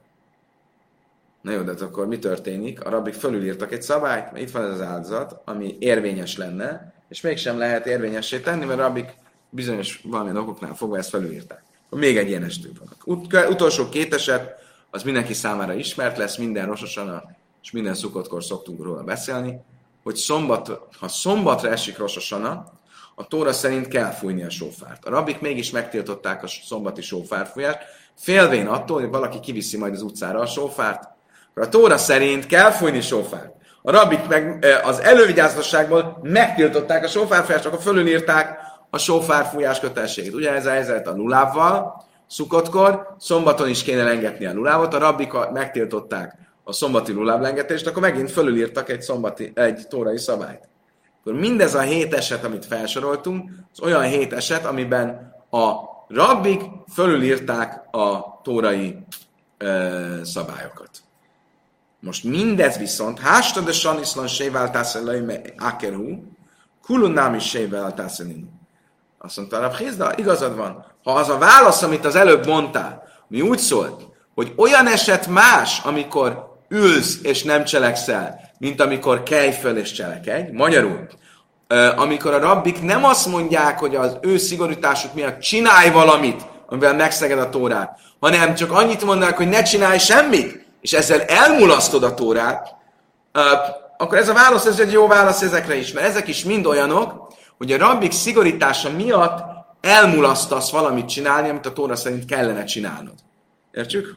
Na jó, de akkor mi történik? A rabbik fölülírtak egy szabályt, mert itt van ez az áldozat, ami érvényes lenne, és mégsem lehet érvényessé tenni, mert a rabbik bizonyos valamilyen okoknál fogva ezt felülírták. Akkor még egy ilyen esetünk van. Ut- utolsó két eset, az mindenki számára ismert lesz, minden Rosh Hashanah és minden Szukkotkor szoktunk róla beszélni, hogy szombat, ha szombatra esik Rosh Hashanah, a Tóra szerint kell fújni a sófárt. A rabbik mégis megtiltották a szombati sófárfújást, félvén attól, hogy valaki kiviszi majd az utcára a sófárt. A Tóra szerint kell fújni sófárt. A rabbik meg az elővigyázatosságból megtiltották a sófárfújást, akkor fölülírták a sófárfújás kötelességét. Ugye ez a helyzet a lulávval, Szukkotkor, szombaton is kéne lengetni a lulávot, a rabbik megtiltották a szombati luláblengetést, akkor megint fölülírtak egy, szombati, egy tórai szabályt. Akkor mindez a hét eset, amit felsoroltunk, az olyan hét eset, amiben a rabbik fölülírták a tórai ö, szabályokat. Most mindez viszont, hástad a saniszlan séváltászelői akerú, kulunám is séváltászelői. Azt mondta, Rav Hézda, igazad van. Ha az a válasz, amit az előbb mondtál, mi úgy szólt, hogy olyan eset más, amikor ülsz és nem cselekszel, mint amikor kelj föl és cselekedj. Magyarul, amikor a rabbik nem azt mondják, hogy az ő szigorításuk miatt csinálj valamit, amivel megszeged a Tórát, hanem csak annyit mondanak, hogy ne csinálj semmit, és ezzel elmulasztod a Tórát, akkor ez a válasz, ez egy jó válasz ezekre is, mert ezek is mind olyanok, hogy a rabbik szigorítása miatt elmulasztasz valamit csinálni, amit a Tóra szerint kellene csinálnod. Értjük?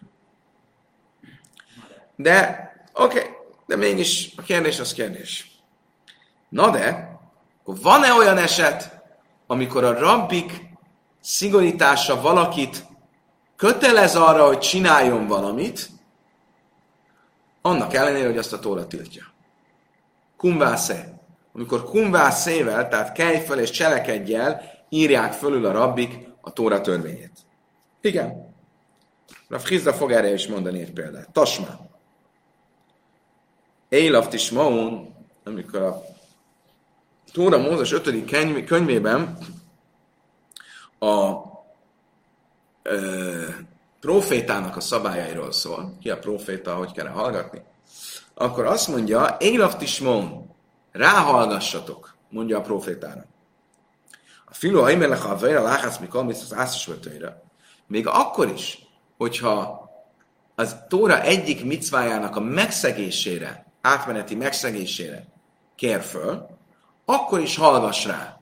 De, oké, okay, de mégis a kérdés az kérdés. Na de, akkor van-e olyan eset, amikor a rabbik szigorítása valakit kötelez arra, hogy csináljon valamit, annak ellenére, hogy azt a Tóra tiltja. Kumvásze. Amikor kumvászével, tehát kelj fel és cselekedj el, írják fölül a rabbik a Tóra törvényét. Igen. Rav Chizda fog erre is mondani egy példát. Tasma. Élaft is maun, amikor a Tóra Mózes ötödik könyvében a ö, profétának a szabályairól szól, ki a proféta, hogy kell hallgatni, akkor azt mondja, Élaft is maun, ráhallgassatok, mondja a profétára. A filó haimelech a vejra láhász mikor, mint az ászosvetőire. Még akkor is, hogyha az Tóra egyik micvájának a megszegésére, átmeneti megszegésére kér föl, akkor is hallgass rá.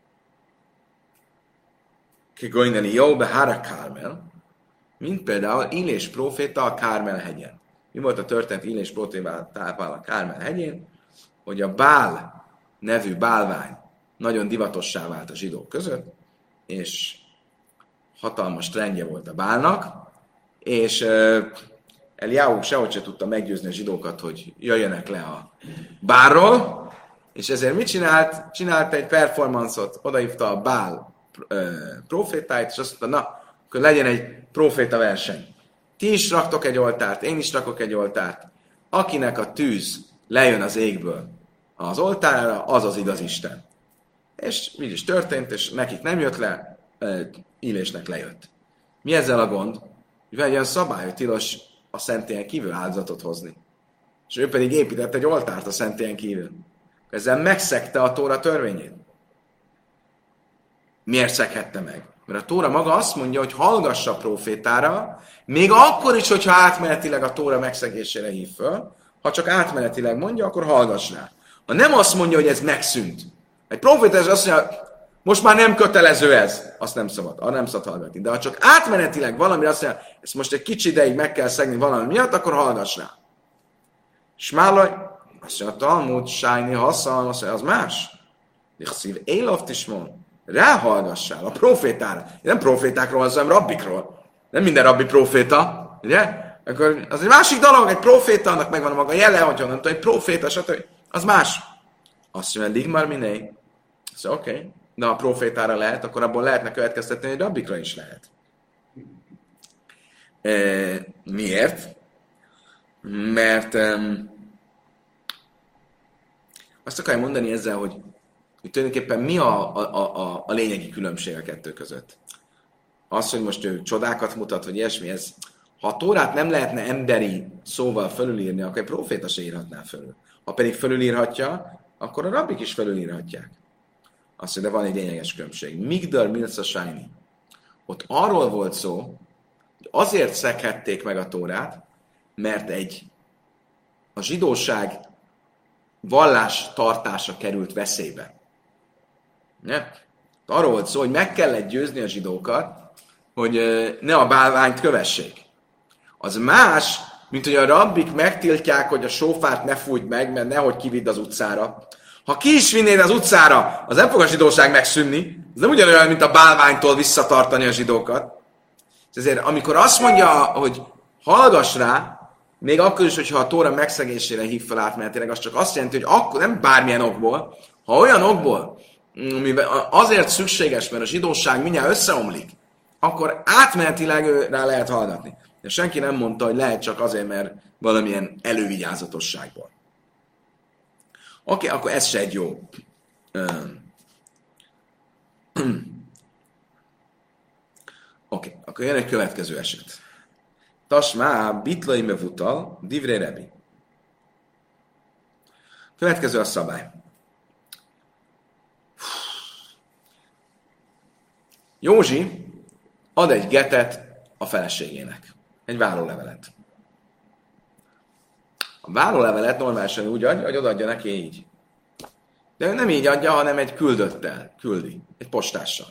Kigojneni jó behára Kármel, mint például Illés próféta a Kármel hegyen. Mi volt a történet Illés prófétával a Kármel hegyén? Hogy a Bál nevű bálvány nagyon divatossá vált a zsidók között, és hatalmas trendje volt a Bálnak, és uh, Eliáhu sehogy se tudta meggyőzni a zsidókat, hogy jöjjenek le a Bálról, és ezért mit csinált? Csinált egy performanszot, odaívta a Bál uh, profétáit, és azt mondta, na, akkor legyen egy proféta verseny. Ti is raktok egy oltárt, én is rakok egy oltárt. Akinek a tűz lejön az égből az oltára, az az igaz Isten. És így is történt, és nekik nem jött le, Illésnek lejött. Mi ezzel a gond? Mivel egy olyan szabály, hogy tilos a szentélyen kívül áldozatot hozni. És ő pedig épített egy oltárt a szentélyen kívül. Ezzel megszegte a Tóra törvényét. Miért szeghette meg? Mert a Tóra maga azt mondja, hogy hallgassa a profétára, még akkor is, hogyha átmenetileg a Tóra megszegésére hív föl, ha csak átmenetileg mondja, akkor hallgass rá. Ha nem azt mondja, hogy ez megszűnt. Egy proféta ez azt mondja, most már nem kötelező ez, azt nem szabad, arra nem szabad hallgatni. De ha csak átmenetileg valami azt mondja, ezt most egy kicsi ideig meg kell szegni valami miatt, akkor hallgass rá. Smálaj, azt mondja, a Talmud, Sájni, Hasszal, azt mondja, az más. De szív élaft is mond, ráhallgassál a profétára. Nem profétákról, hanem rabbikról. Nem minden rabbi proféta, ugye? Akkor az egy másik dolog, egy proféta, annak megvan a maga jele, hogy honnan egy proféta, stb. Az más. Azt mondja, ligmar miné. Azt mondja, oké. Okay. De a profétára lehet, akkor abból lehetne következtetni, hogy rabbikra is lehet. E, miért? Mert um, azt akarja mondani ezzel, hogy, hogy tulajdonképpen mi a, a, a, a lényegi különbség a kettő között. Az, hogy most ő csodákat mutat, vagy ilyesmi, ez, ha a Tórát nem lehetne emberi szóval fölülírni, akkor egy proféta se írhatná fölül. Ha pedig fölülírhatja, akkor a rabbik is fölülírhatják. Azt mondja, de van egy lényeges különbség. Migdal Milsa Sájni. Ott arról volt szó, hogy azért szeghették meg a Tórát, mert egy a zsidóság vallás tartása került veszélybe. Ne? Arról volt szó, hogy meg kellett győzni a zsidókat, hogy ne a bálványt kövessék. Az más, mint hogy a rabbik megtiltják, hogy a sófárt ne fújt meg, mert nehogy kividd az utcára. Ha ki is vinnéd az utcára, az nem fog a zsidóság megszűnni. Ez nem ugyanolyan, mint a bálványtól visszatartani a zsidókat. Ezért amikor azt mondja, hogy hallgass rá, még akkor is, hogyha a Tóra megszegésére hív fel átmenetileg, az csak azt jelenti, hogy akkor nem bármilyen okból, ha olyan okból, mivel azért szükséges, mert a zsidóság mindjárt összeomlik, akkor átmenetileg rá lehet hallgatni. De senki nem mondta, hogy lehet csak azért, mert valamilyen elővigyázatosságból. Oké, okay, akkor ez se egy jó. Oké, okay, akkor jön egy következő eset. Tasmá, bitlai mevutal, divré rebi. Következő a szabály. Józsi ad egy getet a feleségének. Egy várólevelet. A várólevelet normálisan úgy adja, hogy odaadja neki így. De ő nem így adja, hanem egy küldöttel, küldi, egy postással.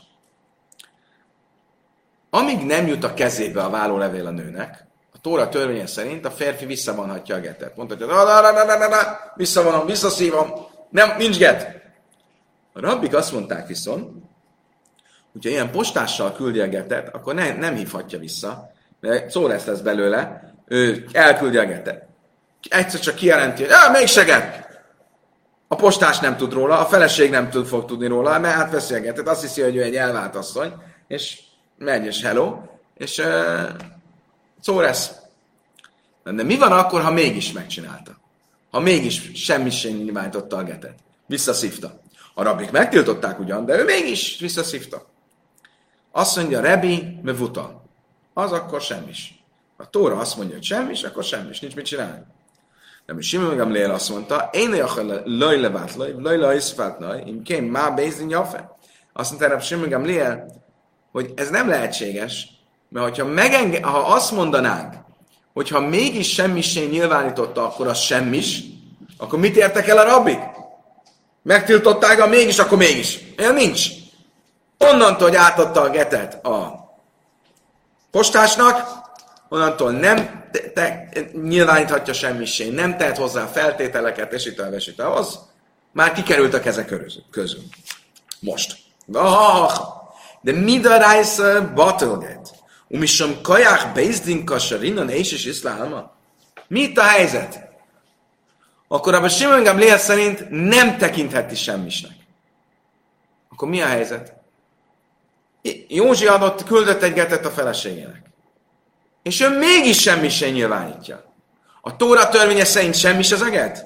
Amíg nem jut a kezébe a vállólevél a nőnek, a Tóra törvénye szerint a férfi visszavonhatja a getet. Mondhatja, da, da, da, da, da, da, visszavonom, visszaszívom, nem, nincs get. A rabbik azt mondták viszont, hogyha ilyen postással küldi a getet, akkor ne, nem hívhatja vissza, mert szó lesz lesz belőle, ő elküldi a getet. Egyszer csak kijelenti, hogy mégse get. A postás nem tud róla, a feleség nem tud, fog tudni róla, mert átveszi a getet, azt hiszi, hogy ő egy elvált asszony, és megy, és hello, és uh, szó lesz. De mi van akkor, ha mégis megcsinálta? Ha mégis semmi sem nyilvánította a getet. Visszaszívta. A rabbik megtiltották ugyan, de ő mégis visszaszívta. Azt mondja, Rebi, me vutal. Az akkor semmis. A Tóra azt mondja, hogy semmis, akkor semmis, nincs mit csinálni. De mi Simon Gamliel azt mondta, én jachel loj levátlaj, loj loj szfátnaj, imkén má bézin jafe. Azt mondta Reb Simon Gamliel, hogy ez nem lehetséges, mert hogyha megenge- ha azt mondanánk, hogyha mégis semmisé nyilvánította, akkor az semmis, akkor mit értek el a rabbik? Megtiltották, ha mégis, akkor mégis. Ilyen nincs. Onnantól, hogy átadta a getet a postásnak, onnantól nem te, te, nyilváníthatja semmisé, nem tehet hozzá feltételeket, és itt a vesítel, az már kikerült a keze közül. Most. De mi a rájsz batalget? Umisom kaják bézdin kasarinon és is iszlálma? Mi itt a helyzet? Akkor abban Simon Gamliel szerint nem tekintheti semmisnek. Akkor mi a helyzet? Józsi adott, küldött egy getet a feleségének. És ő mégis semmisé nyilvánítja. A Tóra törvénye szerint semmis az a get?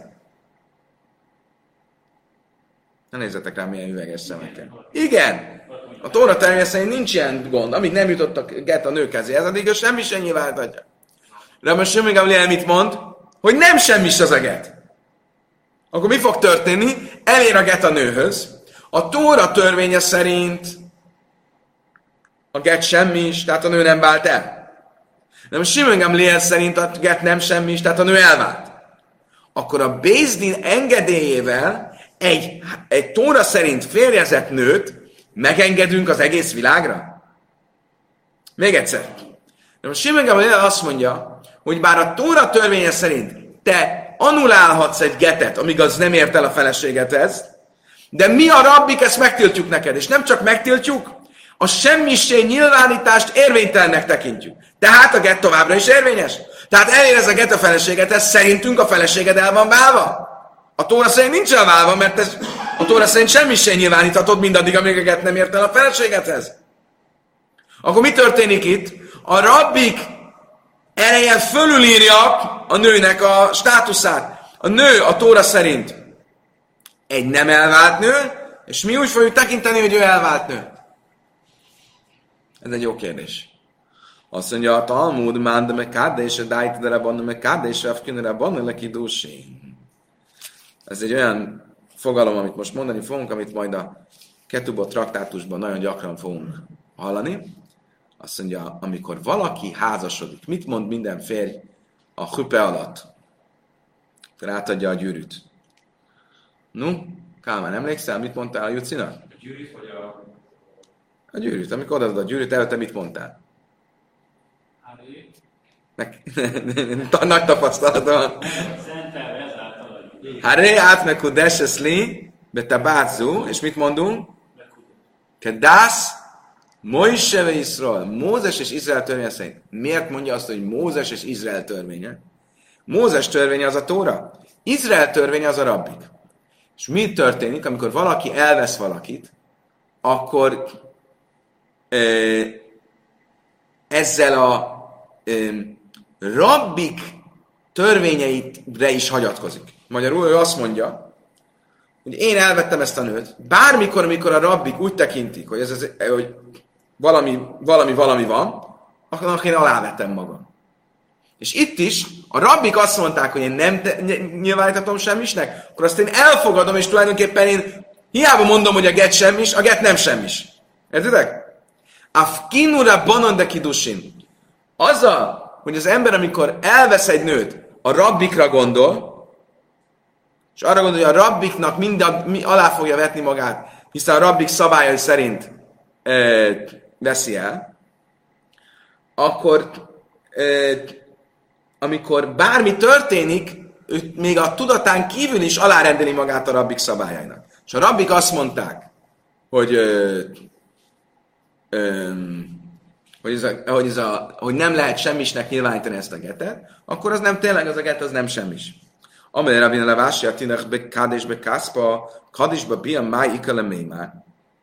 Ne nézzetek rám milyen üveges szemekkel. Igen! A Tóra törvénye szerint nincs ilyen gond. Amíg nem jutott a get a nő kezéhez, addig ő semmisé nyilvánítja. De most Simon Gamliel mit mond? Hogy nem semmis az a get. Akkor mi fog történni? Elér a get a nőhöz. A Tóra törvénye szerint a get semmis, tehát a nő nem vált el. De most Simon Gamliel szerint a get nem semmis, tehát a nő elvált. Akkor a Bézdin engedélyével egy, egy Tóra szerint férjezett nőt megengedünk az egész világra? Még egyszer. De most Simon Gamliel azt mondja, hogy bár a Tóra törvénye szerint te annulálhatsz egy getet, amíg az nem ért el a feleségedhez, de mi a rabbik ezt megtiltjuk neked, és nem csak megtiltjuk, a semmisé nyilvánítást érvénytelennek tekintjük. Tehát a get továbbra is érvényes. Tehát elér ez a get a feleségedhez, szerintünk a feleséged el van válva. A Tóra szerint nincs elválva, mert ez, a Tóra szerint semmisé nyilváníthatod mindaddig, amíg a get nem ért el a feleségedhez. Akkor mi történik itt? A rabbik ereje fölülírja a nőnek a státuszát. A nő a Tóra szerint egy nem elvált nő, és mi úgy fogjuk tekinteni, hogy ő elvált nő. Ez egy jó kérdés. Azt mondja, a Talmud, mánd me kádés, a dájtedere banna me kádés, a fkünere banna le kidúsi. Ez egy olyan fogalom, amit most mondani fogunk, amit majd a Ketubot traktátusban nagyon gyakran fogunk hallani. Azt mondja, amikor valaki házasodik, mit mond minden férj a hüpe alatt? Rátadja a gyűrűt. No, Kálmán, emlékszel, mit mondtál a Jucinak? A gyűrűt vagy a... A gyűrűt. Amikor odaadod a gyűrűt, előtte mit mondtál? Nagy tapasztalat van. Szentelve ezáltal a gyűrűt. Haré átmeku desesli, betabázú, és mit mondunk? Kedász, Mojseve Iszrael, Mózes és Izrael törvénye szerint. Miért mondja azt, hogy Mózes és Izrael törvénye? Mózes törvénye az a Tóra, Izrael törvénye az a rabbik. És mi történik, amikor valaki elvesz valakit, akkor ö, ezzel a ö, rabbik törvényeitre is hagyatkozik. Magyarul ő azt mondja, hogy én elvettem ezt a nőt, bármikor, amikor a rabbik úgy tekintik, hogy, ez, ez, hogy valami, valami, valami van, akkor én alávettem magam. És itt is a rabbik azt mondták, hogy én nem te, nyilvánítatom semmisnek, akkor azt én elfogadom, és tulajdonképpen én hiába mondom, hogy a get semmis, a get nem semmis. Értitek? Afkinura banon de kidusin. Azzal, hogy az ember, amikor elvesz egy nőt, a rabbikra gondol, és arra gondol, hogy a rabbiknak mind a, mi, alá fogja vetni magát, hiszen a rabbik szabályai szerint e, veszi el, akkor e, amikor bármi történik, ő még a tudatán kívül is alárendeli magát a rabbik szabályainak. És a rabbik azt mondták, hogy, ö, ö, hogy, ez a, hogy, ez a, hogy nem lehet semmisnek nyilvánítani ezt a getet, akkor az nem tényleg az a get, az nem semmis. Amelyen Rabbi Levási a tinek be kádésbe kászpa, kádésbe bia máj ikele mémá.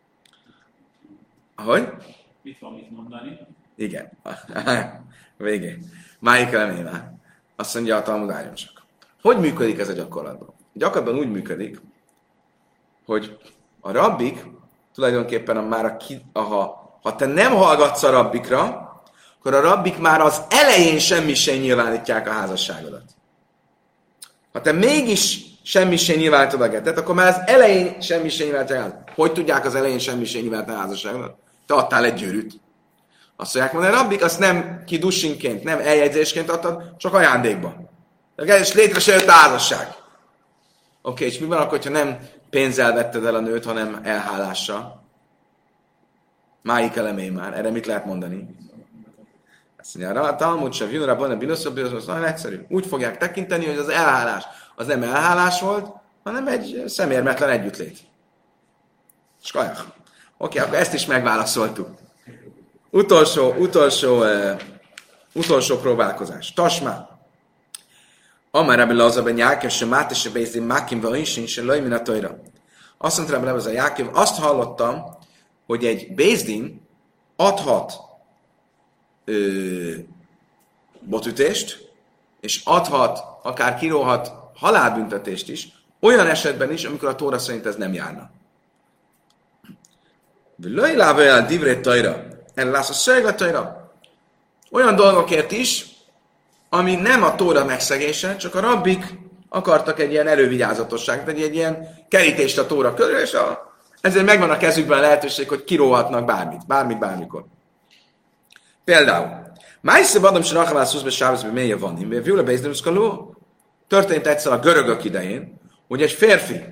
Ahogy? Mit van mit mondani? Igen. Végén. Máj ikele mémá. Azt mondja a Talmud, álljon csak. Hogy működik ez a gyakorlatban? Gyakorlatban úgy működik, hogy a rabbik tulajdonképpen a már a ki, aha, ha te nem hallgatsz a rabbikra, akkor a rabbik már az elején semmi sem nyilvánítják a házasságodat. Ha te mégis semmi sem nyilvánítod a getet, akkor már az elején semmi sem nyilvánítják a házasságodat. Hogy tudják az elején semmi sem nyilvánítani a házasságodat? Te adtál egy gyűrűt. Azt mondják, hogy a rabbik azt nem kidussinként, nem eljegyzésként adtad, csak ajándékban. És létre se jött a házasság. Oké, okay, és mi van akkor, ha nem pénzzel vetted el a nőt, hanem elhálással? Máik elemé már. Erre mit lehet mondani? Azt mondja, a Talmud se vjúra, van a binoszó, binoszó, nagyon egyszerű. Úgy fogják tekinteni, hogy az elhálás az nem elhálás volt, hanem egy szemérmetlen együttlét. Skajak. Oké, okay, akkor ezt is megválaszoltuk. Utolsó, utolsó, uh, utolsó próbálkozás. Tasmá. Amár Rabbi Lazar ben Jákev se máte se bézdi mákim ve oinsin se loj min a tojra. Azt mondta Rabbi Lazar Jákev, azt hallottam, hogy egy bézdin adhat ö, botütést, és adhat, akár kiróhat halálbüntetést is, olyan esetben is, amikor a Tóra szerint ez nem járna. Loj lába el divrét tojra, el lász a szöjga tojra. Olyan dolgokért is, ami nem a Tóra megszegése, csak a rabbik akartak egy ilyen elővigyázatosságot, egy, egy ilyen kerítést a Tóra körül, és a, ezért megvan a kezükben a lehetőség, hogy kiróhatnak bármit, bármit, bármikor. Például, Májsze badom se rachavász sábeszbe mélye van, mert vjúle bézdőszkaló, történt egyszer a görögök idején, hogy egy férfi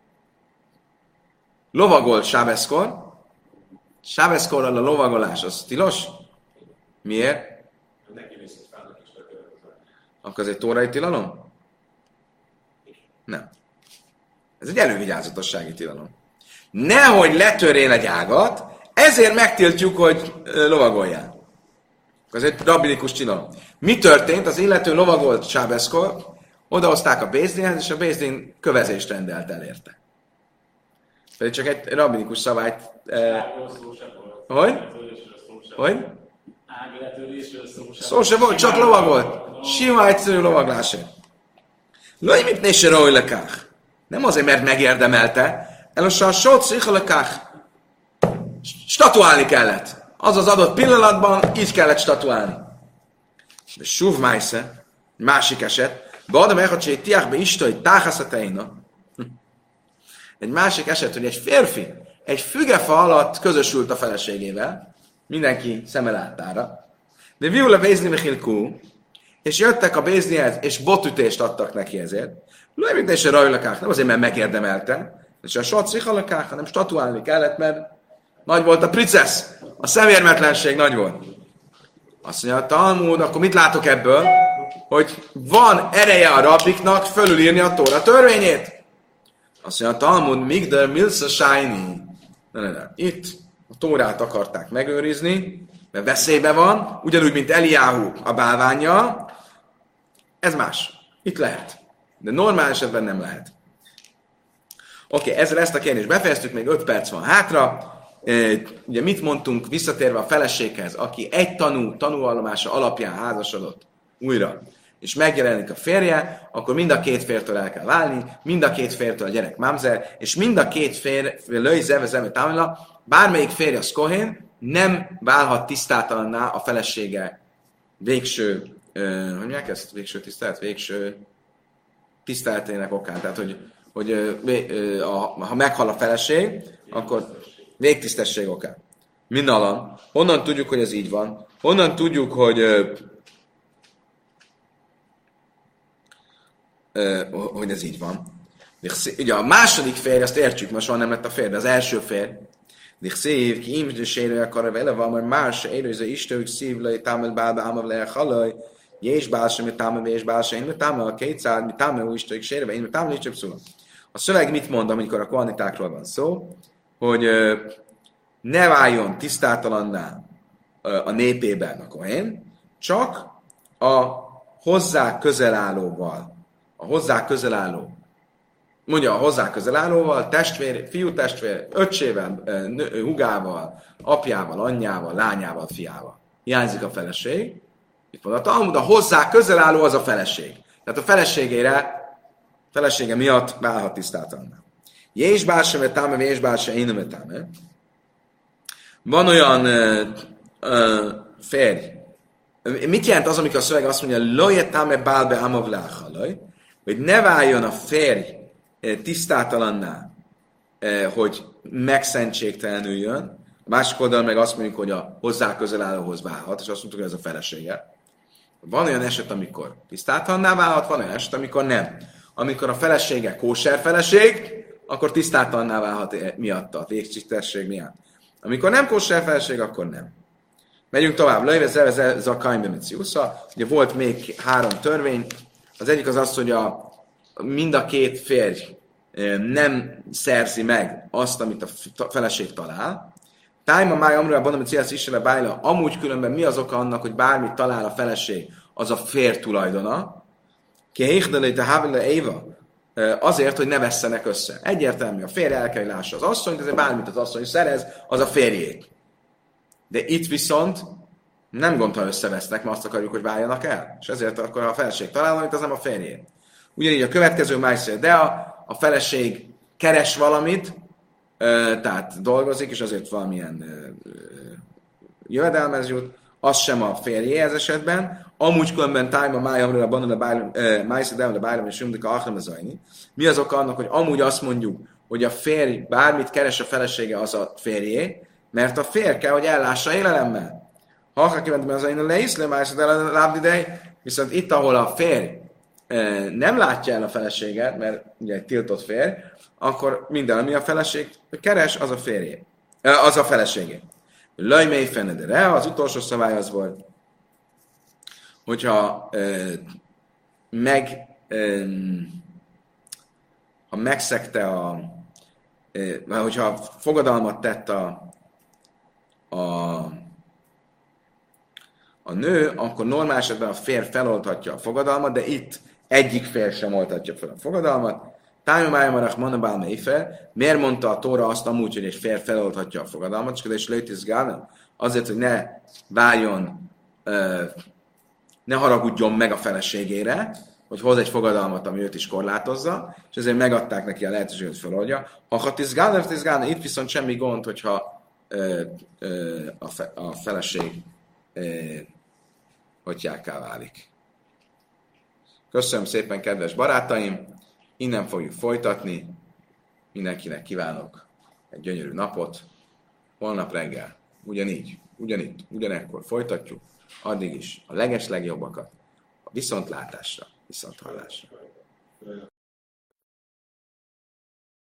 lovagolt sábeszkor, sábeszkorral a lovagolás az tilos? Miért? Akkor ez egy tórai tilalom? Nem. Ez egy elővigyázatossági tilalom. Nehogy letörjél egy ágat, ezért megtiltjuk, hogy lovagoljál. Ez egy rabbinikus tilalom. Mi történt? Az illető lovagolt sábeszkor, odahozták a bézdénhez, és a bézdén kövezést rendelt el érte. Pedig csak egy rabbinikus szabályt... Eh... Hogy? Hogy? Szó se volt, csak lovagolt. Sima egyszerű lovaglásért. Loj mit nése rojlekách. Nem azért, mert megérdemelte, először a sót szichalekách. Statuálni kellett. Az az adott pillanatban így kellett statuálni. De súv májsze, másik eset, beadom echad, hogy tiák be istai, táhaszateina. Egy másik eset, hogy egy férfi egy fügefa alatt közösült a feleségével, mindenki szeme láttára, de viula bézni mechilkú, és jöttek a béznihez, és botütést adtak neki ezért. Lőjük se rajlakák, nem azért, mert megérdemelte, és a sat szichalakák, hanem statuálni kellett, mert nagy volt a princesz, a szemérmetlenség nagy volt. Azt mondja a Talmud, akkor mit látok ebből? Hogy van ereje a rabbiknak fölülírni a Tóra törvényét. Azt mondja a Talmud, migdal milsa shiny. Ne, ne, ne. Itt a Tórát akarták megőrizni, mert veszélybe van, ugyanúgy, mint Eliáhu a bálvánnyal. Ez más. Itt lehet. De normál esetben nem lehet. Oké, okay, ezzel ezt a kérdést befejeztük, még öt perc van hátra. E, ugye mit mondtunk, visszatérve a feleséghez, aki egy tanú, tanúvallomása alapján házasodott újra, és megjelenik a férje, akkor mind a két fértől el kell válni, mind a két fértől a gyerek mamzer, és mind a két fér, löj zeve zeve támla, bármelyik férje az kohén, nem válhat tisztátalanná a felesége végső, uh, hogy mondják ezt? Végső tisztelet? Végső tiszteletének okán. Tehát, hogy, hogy uh, uh, ha meghal a feleség, akkor végtisztesség okán. Minnalan. Honnan tudjuk, hogy ez így van? Honnan tudjuk, hogy uh, uh, hogy ez így van? Ugye a második férj, azt értjük, most van nem lett a férj, de az első férj. Dich szív, ki imzső sérő akar vele van, mert más érőző istők szívlai, támel bálba, ámav le halaj, jés bálsa, mi támel, és bálsa, én mi támel a kétszád, mi támel új istők sérve, én mi támel is szól. A szöveg mit mond, amikor a kohanitákról van szó, hogy ö, ne váljon tisztátalanná ö, a népében a kohén, csak a hozzá közel állóval, a hozzá közel álló, mondja a hozzá közel állóval, testvér, fiú testvér, öccsével, hugával, apjával, anyjával, lányával, fiával. Hiányzik a feleség. Itt van a Talmud, a hozzá közel álló az a feleség. Tehát a feleségére, felesége miatt válhat tisztátalanná. Jés bálse vetáme, jés bálse én vetáme. Van olyan ö, ö, férj. Mit jelent az, amikor a szöveg azt mondja, lojetáme bálbe amavláhalaj, hogy ne váljon a férj tisztátalanná, hogy megszentségtelenüljön. A másik oldalon meg azt mondjuk, hogy a hozzá közel állóhoz válhat, és azt mondjuk, hogy ez a felesége. Van olyan eset, amikor tisztátalanná válhat, van olyan eset, amikor nem. Amikor a felesége kóser feleség, akkor tisztátalanná válhat miatta, a végcsitesség miatt. Amikor nem kóser feleség, akkor nem. Megyünk tovább. Lejve ez a kaimbemetziusza. Ugye volt még három törvény. Az egyik az az, hogy a mind a két férj nem szerzi meg azt, amit a feleség talál. Tájma máj amra abban, amit célsz is bájla, amúgy különben mi az oka annak, hogy bármit talál a feleség, az a férj tulajdona. Kéhdelé te hábele éva, azért, hogy ne vesszenek össze. Egyértelmű, a férj el kell, hogy lássa az asszonyt, ezért bármit az asszony szerez, az a férjét. De itt viszont nem gond, ha összevesznek, mert azt akarjuk, hogy váljanak el. És ezért akkor a feleség talál, amit az nem a férjét. Ugyanígy a következő májszél, de a, a feleség keres valamit, ö, tehát dolgozik, és azért valamilyen ö, ö, jövedelmez jut, az sem a férjéhez esetben. Amúgy különben tájma májamról a banana májszél, de a bájlam és sümdik a achlemezajni. Mi az oka annak, hogy amúgy azt mondjuk, hogy a férj bármit keres a felesége, az a férjé, mert a férj kell, hogy ellássa élelemmel. Ha akar kiventem az én leiszle májszél, de lábdidej, viszont itt, ahol a férj nem látja el a feleséget, mert ugye egy tiltott férj, akkor minden, ami a feleség keres, az a férjé. Az a feleségé. Lajmei fenedere, az utolsó szabály az volt, hogyha meg ha megszegte a hogyha fogadalmat tett a a a nő, akkor normál esetben a férj feloldhatja a fogadalmat, de itt egyik férj sem oldhatja fel a fogadalmat. Tájomájamarach manabál meifer. Miért mondta a Tóra azt amúgy, hogy egy férj feloldhatja a fogadalmat? Csak és lőtis gána. Azért, hogy ne váljon, ne haragudjon meg a feleségére, hogy hoz egy fogadalmat, ami őt is korlátozza, és ezért megadták neki a lehetőséget, hogy feloldja. Ha hatizgána, hatizgána, itt viszont semmi gond, hogyha a feleség hogyjákká válik. Köszönöm szépen, kedves barátaim! Innen fogjuk folytatni. Mindenkinek kívánok egy gyönyörű napot. Holnap reggel ugyanígy, ugyanitt, ugyanekkor folytatjuk. Addig is a leges legjobbakat a viszontlátásra, viszonthallásra.